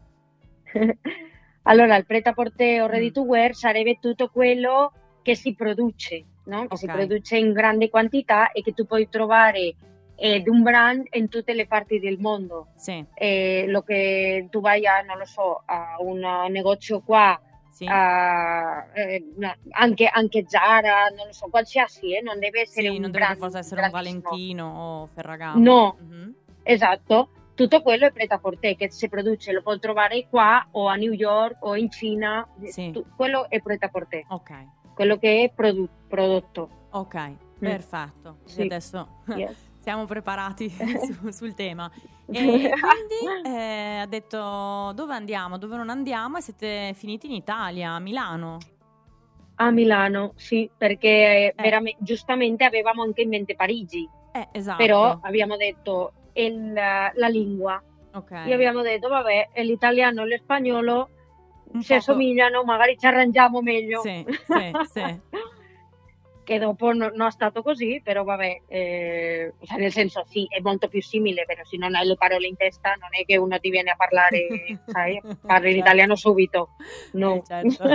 Allora, il prêt-à-porter o ready Mm, to wear sarebbe tutto quello che si produce, no? Che si ok, produce in grande quantità e che tu puoi trovare ed un brand in tutte le parti del mondo. sì, Eh, lo che tu vai a, non lo so, a un negozio qua, sì, a, eh, no, anche, anche Zara, non lo so, qualsiasi, eh, non deve essere sì, un non deve per brand forza essere un grandissimo. Valentino o Ferragamo. No, Mhm, esatto. Tutto quello è prêt-à-porter che si produce, lo puoi trovare qua o a New York o in Cina. sì, Tu- quello è prêt-à-porter, ok, quello che è produ- prodotto. ok, Mm, perfetto. Quindi sì, adesso yes. siamo preparati su- sul tema. E, e quindi eh, ha detto dove andiamo, dove non andiamo, e siete finiti in Italia, a Milano. A Milano, sì, perché Eh, veramente, giustamente avevamo anche in mente Parigi, eh, però esatto, abbiamo detto il- la lingua. Io ok, abbiamo detto, vabbè, l'italiano e lo spagnolo un si poco, assomigliano, magari ci arrangiamo meglio. sì, sì, sì, Che dopo no- non è stato così, però vabbè, eh, cioè nel senso sì, è molto più simile, però se non hai le parole in testa non è che uno ti viene a parlare, sai, parli in certo, italiano subito, eh, no. certo.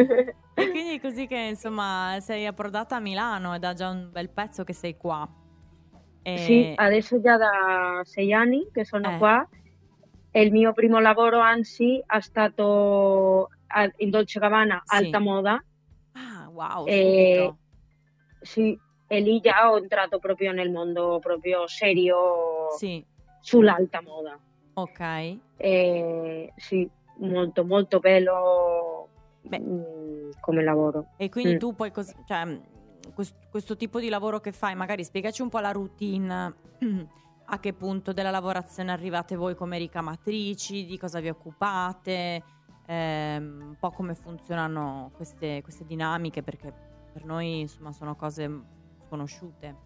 E quindi è così che insomma sei approdata a Milano, ed da già un bel pezzo che sei qua. E... Sì, adesso già da sei anni che sono Eh. qua e il mio primo lavoro, anzi, è stato a- in Dolce Gabbana, Sì. alta moda. Ah, wow, E, subito. sì, e lì già ho entrato proprio nel mondo proprio serio Sì, sull'alta moda. ok. E, sì, molto, molto bello Beh. mm, come lavoro. E quindi Mm. tu poi, cos- cioè, mh, quest- questo tipo di lavoro che fai, magari spiegaci un po' la routine, a che punto della lavorazione arrivate voi come ricamatrici, di cosa vi occupate, ehm, un po' come funzionano queste, queste dinamiche, perché per noi insomma sono cose sconosciute.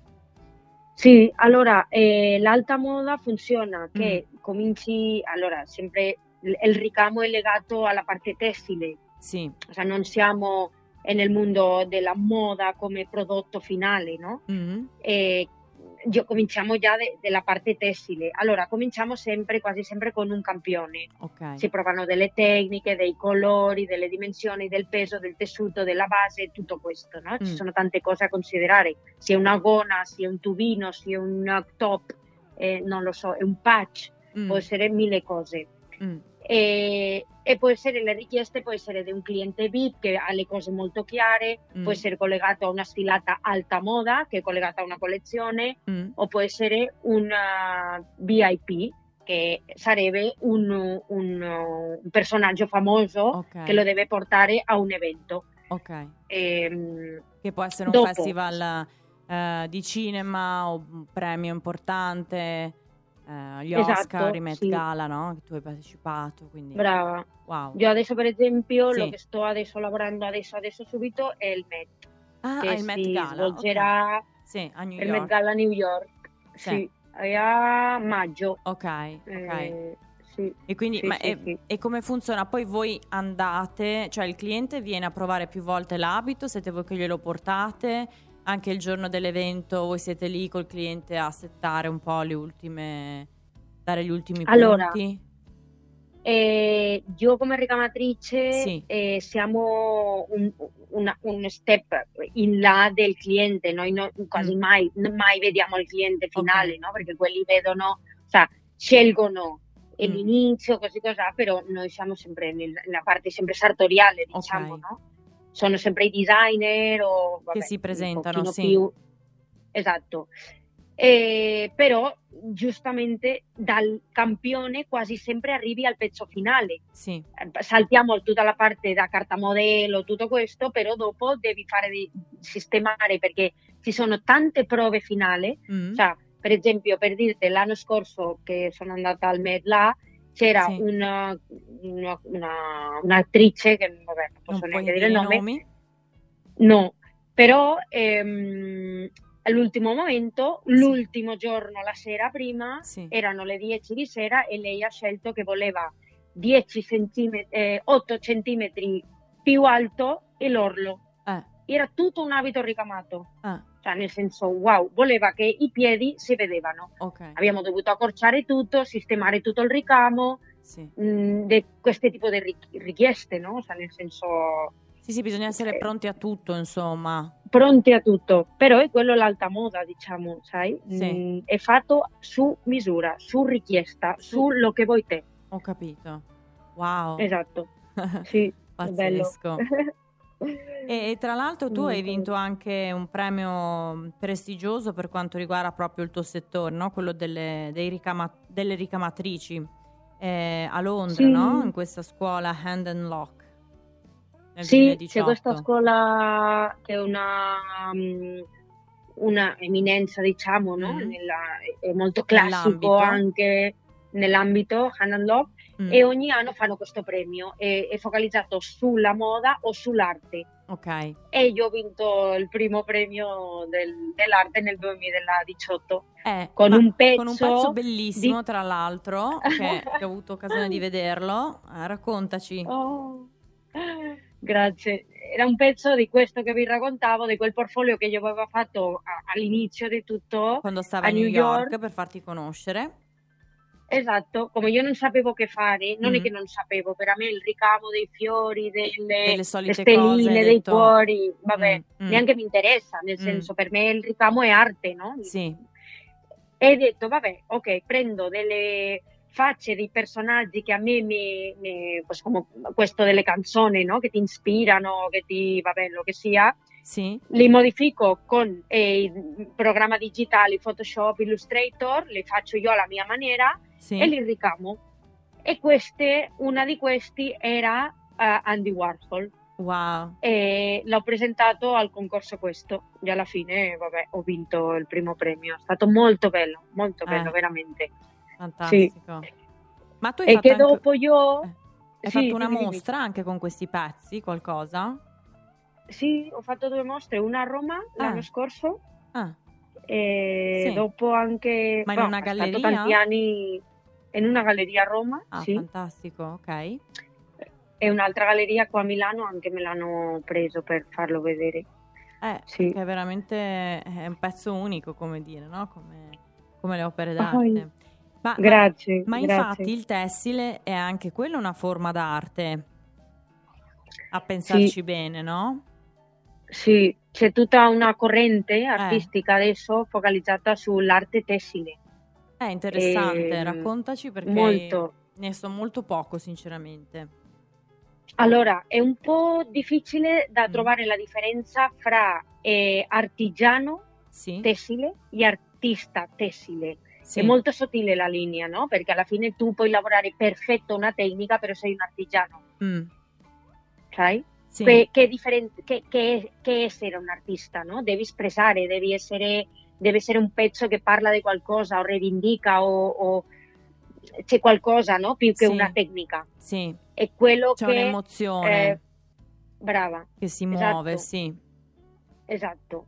Sì, allora eh, l'alta moda funziona che Mm. cominci, allora sempre il, il ricamo è legato alla parte tessile, Sì. o sea, non siamo nel mondo della moda come prodotto finale, no? Mm. E io- cominciamo già de- della parte tessile. Allora, cominciamo sempre, quasi sempre con un campione. Ok. Si provano delle tecniche, dei colori, delle dimensioni, del peso, del tessuto, della base, tutto questo, no? Ci Mm. sono tante cose a considerare, sia una gonna, sia un tubino, sia un top, eh, non lo so, è un patch, Mm. può essere mille cose. Mm. E, e può essere le richieste, può essere di un cliente V I P che ha le cose molto chiare, Mm. può essere collegato a una sfilata alta moda che è collegata a una collezione, Mm. o può essere un uh, V I P che sarebbe un, un, uh, un personaggio famoso Ok. che lo deve portare a un evento. Ok. Ehm, Che può essere un dopo. festival eh, di cinema o un premio importante, eh, gli Esatto, Oscar, i Met sì. Gala, no? Che tu hai partecipato, quindi Brava. wow. Io adesso, per esempio, Sì. lo che sto adesso lavorando adesso, adesso subito è il Met, Ah, che ah, il Met si Gala, svolgerà ok. Sì, a New il Met York. Gala a New York, Sì. sì, a maggio. Ok, ok. Eh, sì. E quindi, Sì, ma sì, e, sì. e come funziona? Poi voi andate, cioè il cliente viene a provare più volte l'abito, siete voi che glielo portate, anche il giorno dell'evento voi siete lì col cliente a settare un po' le ultime, dare gli ultimi Allora, punti? Eh, io come ricamatrice Sì. eh, siamo un, una- un step in là del cliente, noi no- quasi Mm. mai, mai vediamo il cliente finale, Ok. no? Perché quelli vedono, cioè, scelgono Mm. l'inizio, così cosa, però noi siamo sempre nel- nella parte sempre sartoriale, Ok. diciamo, no? Sono sempre i designer o vabbè, Che si un presentano, pochino sì. più, esatto. Eh, però giustamente dal campione quasi sempre arrivi al pezzo finale. Sì. Eh, Saltiamo tutta la parte da carta modello, tutto questo, però dopo devi fare di sistemare perché ci sono tante prove finali. Mm. Cioè, per esempio, per dirti, l'anno scorso che sono andata al Met là, c'era Sì. una, una- una- un'attrice che vabbè, non posso Non puoi neanche dire dire il i nome. nomi? No, però ehm, all'ultimo momento, l'ultimo giorno, la sera prima, Sì. erano le dieci di sera e lei ha scelto che voleva dieci centimetri, eh, otto centimetri più alto e l'orlo. Eh, Era tutto un abito ricamato, ah, cioè nel senso wow, voleva che i piedi si vedevano. ok. Abbiamo dovuto accorciare tutto, sistemare tutto il ricamo, Sì. mh, de- questo tipo di richi- richieste, no? Cioè nel senso Sì, sì, bisogna essere eh, pronti a tutto, insomma. pronti a tutto, però è quello l'alta moda, diciamo, sai? Sì. Mm, è fatto su misura, su richiesta, Su- su lo che vuoi te. Ho capito. Wow. Esatto, sì, è bello. Pazzesco. E, e tra l'altro tu hai Molto. vinto anche un premio prestigioso per quanto riguarda proprio il tuo settore, no? Quello delle, dei ricama- delle ricamatrici eh, a Londra, Sì. no? In questa scuola Hand and Lock nel Sì, c'è duemiladiciotto. questa scuola che è una, mm, una eminenza, diciamo, no? Mm. Nella- è molto classico Nell'ambito. anche nell'ambito Hand and Lock Mm, e ogni anno fanno questo premio, è, è focalizzato sulla moda o sull'arte. ok. E io ho vinto il primo premio del- dell'arte nel duemiladiciotto Eh, con ma un pezzo, con un pezzo bellissimo, di- tra l'altro, che, che ho avuto occasione di vederlo. Eh, raccontaci. Oh, grazie. Era un pezzo di questo che vi raccontavo, di quel portfolio che io avevo fatto a- all'inizio di tutto Quando stava a a New New York, York. per farti conoscere. Esatto, come io non sapevo che fare, non è Mm. che non sapevo, per me il ricamo dei fiori, delle, Delle solite le cose, stelline, hai dei detto, cuori, vabbè, mm, mm. neanche mi interessa, nel Mm. senso per me il ricamo è arte, no? Sì. E ho detto, vabbè, ok, prendo delle facce dei personaggi che a me mi, mi pues come questo delle canzoni, no? Che ti ispirano, che ti, vabbè, lo che sia, Sì. li modifico con eh, il programma digitale, Photoshop, Illustrator, li faccio io alla mia maniera Sì. e li ricamo. E queste, una di questi era uh, Andy Warhol. Wow. E l'ho presentato al concorso questo e alla fine, vabbè, ho vinto il primo premio. È stato molto bello, molto bello, Eh. veramente. Fantastico. Sì. Ma tu hai E fatto che anche... dopo io... eh, Hai Sì, fatto una dimmi, dimmi. mostra anche con questi pezzi, qualcosa? Sì, ho fatto due mostre, una a Roma l'anno Ah. scorso Ah, e Sì. dopo anche... Ma in boh, una è stato galleria? tanti anni in una galleria a Roma, ah, sì, fantastico, ok. e un'altra galleria qua a Milano anche me l'hanno preso per farlo vedere. Eh, Sì. perché veramente è un pezzo unico, come dire, no? Come, come le opere Poi- d'arte. Ma, ma- Grazie, ma grazie. infatti il tessile è anche quello una forma d'arte, a pensarci Sì. bene, no? Sì, c'è tutta una corrente artistica Eh. adesso focalizzata sull'arte tessile. È interessante, Ehm, raccontaci perché molto. ne so molto poco, sinceramente. Allora, è un po' difficile da Mm. trovare la differenza fra eh, artigiano Sì? tessile e artista tessile. Sì. È molto sottile la linea, no? Perché alla fine tu puoi lavorare perfetto una tecnica, però sei un artigiano, Mm, sai? sì. Que- che, è differente, che, che, che essere un artista, no? Devi espressare, devi essere, deve essere un pezzo che parla di qualcosa o rivendica o, o c'è qualcosa, no? Più che Sì. una tecnica. Sì, È quello c'è che... un'emozione eh, brava, che si esatto. muove, sì. esatto.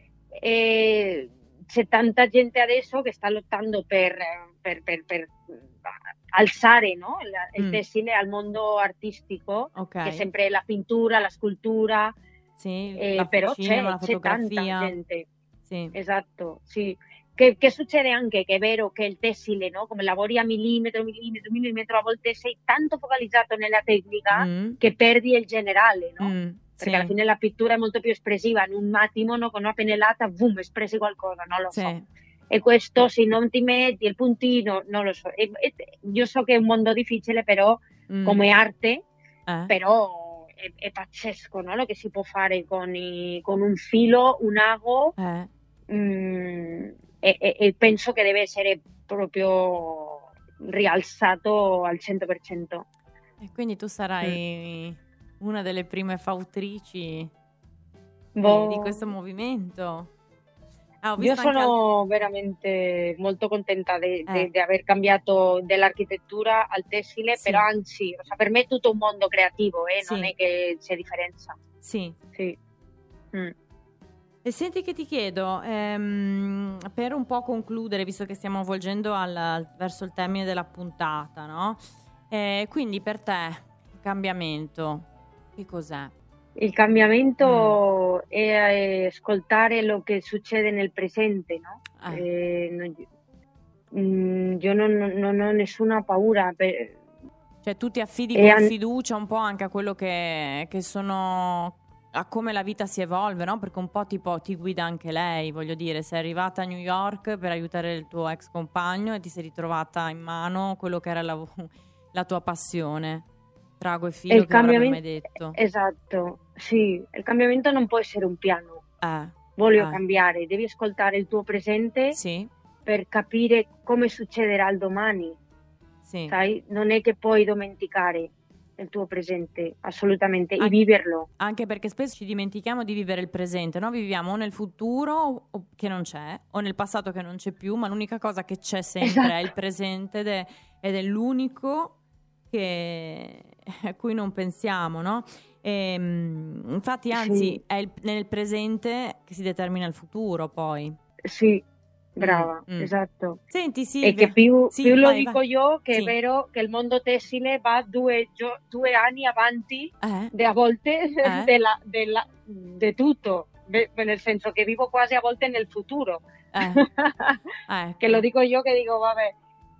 E c'è tanta gente adesso che sta lottando per, per, per, per alzare, no? il, il Mm. tessile al mondo artistico, Ok. che sempre è la pittura, la scultura, Sì, eh, la però cinema, c'è, la c'è tanta fotografia. gente. Sì. Esatto, sì. Che, che succede anche che è vero che il tessile, no? Come lavori a millimetro, millimetro, millimetro, a volte sei tanto focalizzato nella tecnica Mm, che perdi il generale, no? mm, Perché sì, alla fine la pittura è molto più espressiva, in un attimo, no? Con una pennellata, boom, espressi qualcosa, non lo sì. so. E questo se non ti metti il puntino, non lo so. E- e- io so che è un mondo difficile, però Mm, come arte, eh, però è, è pazzesco, no? Lo che si può fare con, i- con un filo, un ago, eh, mm, e, e- e penso che deve essere proprio rialzato al cento per cento. E quindi tu sarai una delle prime fautrici di, Boh. di questo movimento. Ah, ho Io visto anche sono veramente molto contenta di Eh. aver cambiato dall'architettura al tessile, Sì. però anzi, o sea, per me è tutto un mondo creativo, eh, non Sì. è che c'è differenza. altri- Sì. Sì. Mm. E senti che ti chiedo, ehm, per un po' concludere, visto che stiamo volgendo al- al- verso il termine della puntata, no? Eh, quindi per te, il cambiamento, che cos'è? Il cambiamento è ascoltare lo che succede nel presente, no? Eh. Eh, non- mm, io non, non ho nessuna paura. per- Cioè tu ti affidi E con an- fiducia un po' anche a quello che, che sono, a come la vita si evolve, no? Perché un po' tipo ti guida anche lei, voglio dire, sei arrivata a New York per aiutare il tuo ex compagno e ti sei ritrovata in mano quello che era la, la tua passione, trago e e filo, il che avrebbe mai cambiamento, detto. esatto, sì, il cambiamento non può essere un piano. Eh, Voglio eh, cambiare, devi ascoltare il tuo presente sì, per capire come succederà il domani, sì. sai? Non è che puoi dimenticare il tuo presente, assolutamente, An- e viverlo. Anche perché spesso ci dimentichiamo di vivere il presente, no? Viviamo o nel futuro o- che non c'è, o nel passato che non c'è più, ma l'unica cosa che c'è sempre è il Esatto. presente ed è, ed è l'unico che, a cui non pensiamo, no? Ehm, infatti, anzi, Sì. è il- nel presente che si determina il futuro, poi. Sì, brava, Mm, mm. esatto. Senti, E Silvia. che più, Sì, più lo vai, dico vai. io, che Sì. è vero che il mondo tessile va due, gio- due anni avanti Eh? de- a volte Eh? della, della, di tutto, Be- nel senso che vivo quasi a volte nel futuro. Eh, ecco. Che lo dico io che dico, vabbè,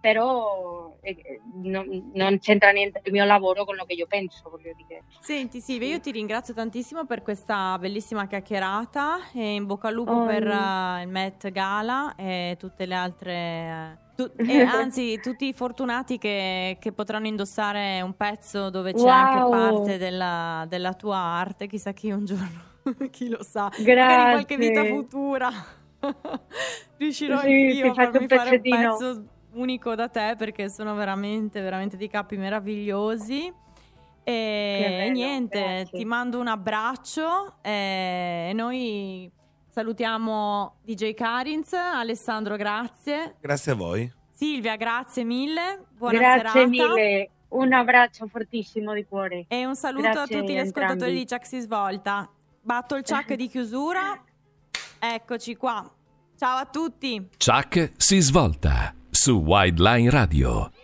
però eh, non, non c'entra niente il mio lavoro con lo che io penso, voglio dire. Senti Silvia, io ti ringrazio tantissimo per questa bellissima chiacchierata e in bocca al lupo Oh. per uh, il Met Gala e tutte le altre... uh, tu- e anzi, tutti i fortunati che, che potranno indossare un pezzo dove c'è Wow. anche parte della, della tua arte, chissà chi un giorno, chi lo sa, magari in Grazie. qualche vita futura riuscirò Sì, io a ti faccio farmi un fare un pezzettino. pezzo unico da te, perché sono veramente, veramente di capi meravigliosi. E Che bello, niente, grazie. ti mando un abbraccio e noi salutiamo D J Karins. Alessandro, grazie. Grazie a voi. Silvia, grazie mille. Buona Grazie serata. mille, un abbraccio fortissimo di cuore. E un saluto Grazie a tutti gli a ascoltatori entrambi. di Chuck si svolta. Batto il Chuck di chiusura. Eccoci qua. Ciao a tutti. Chuck si svolta su Wildline Radio.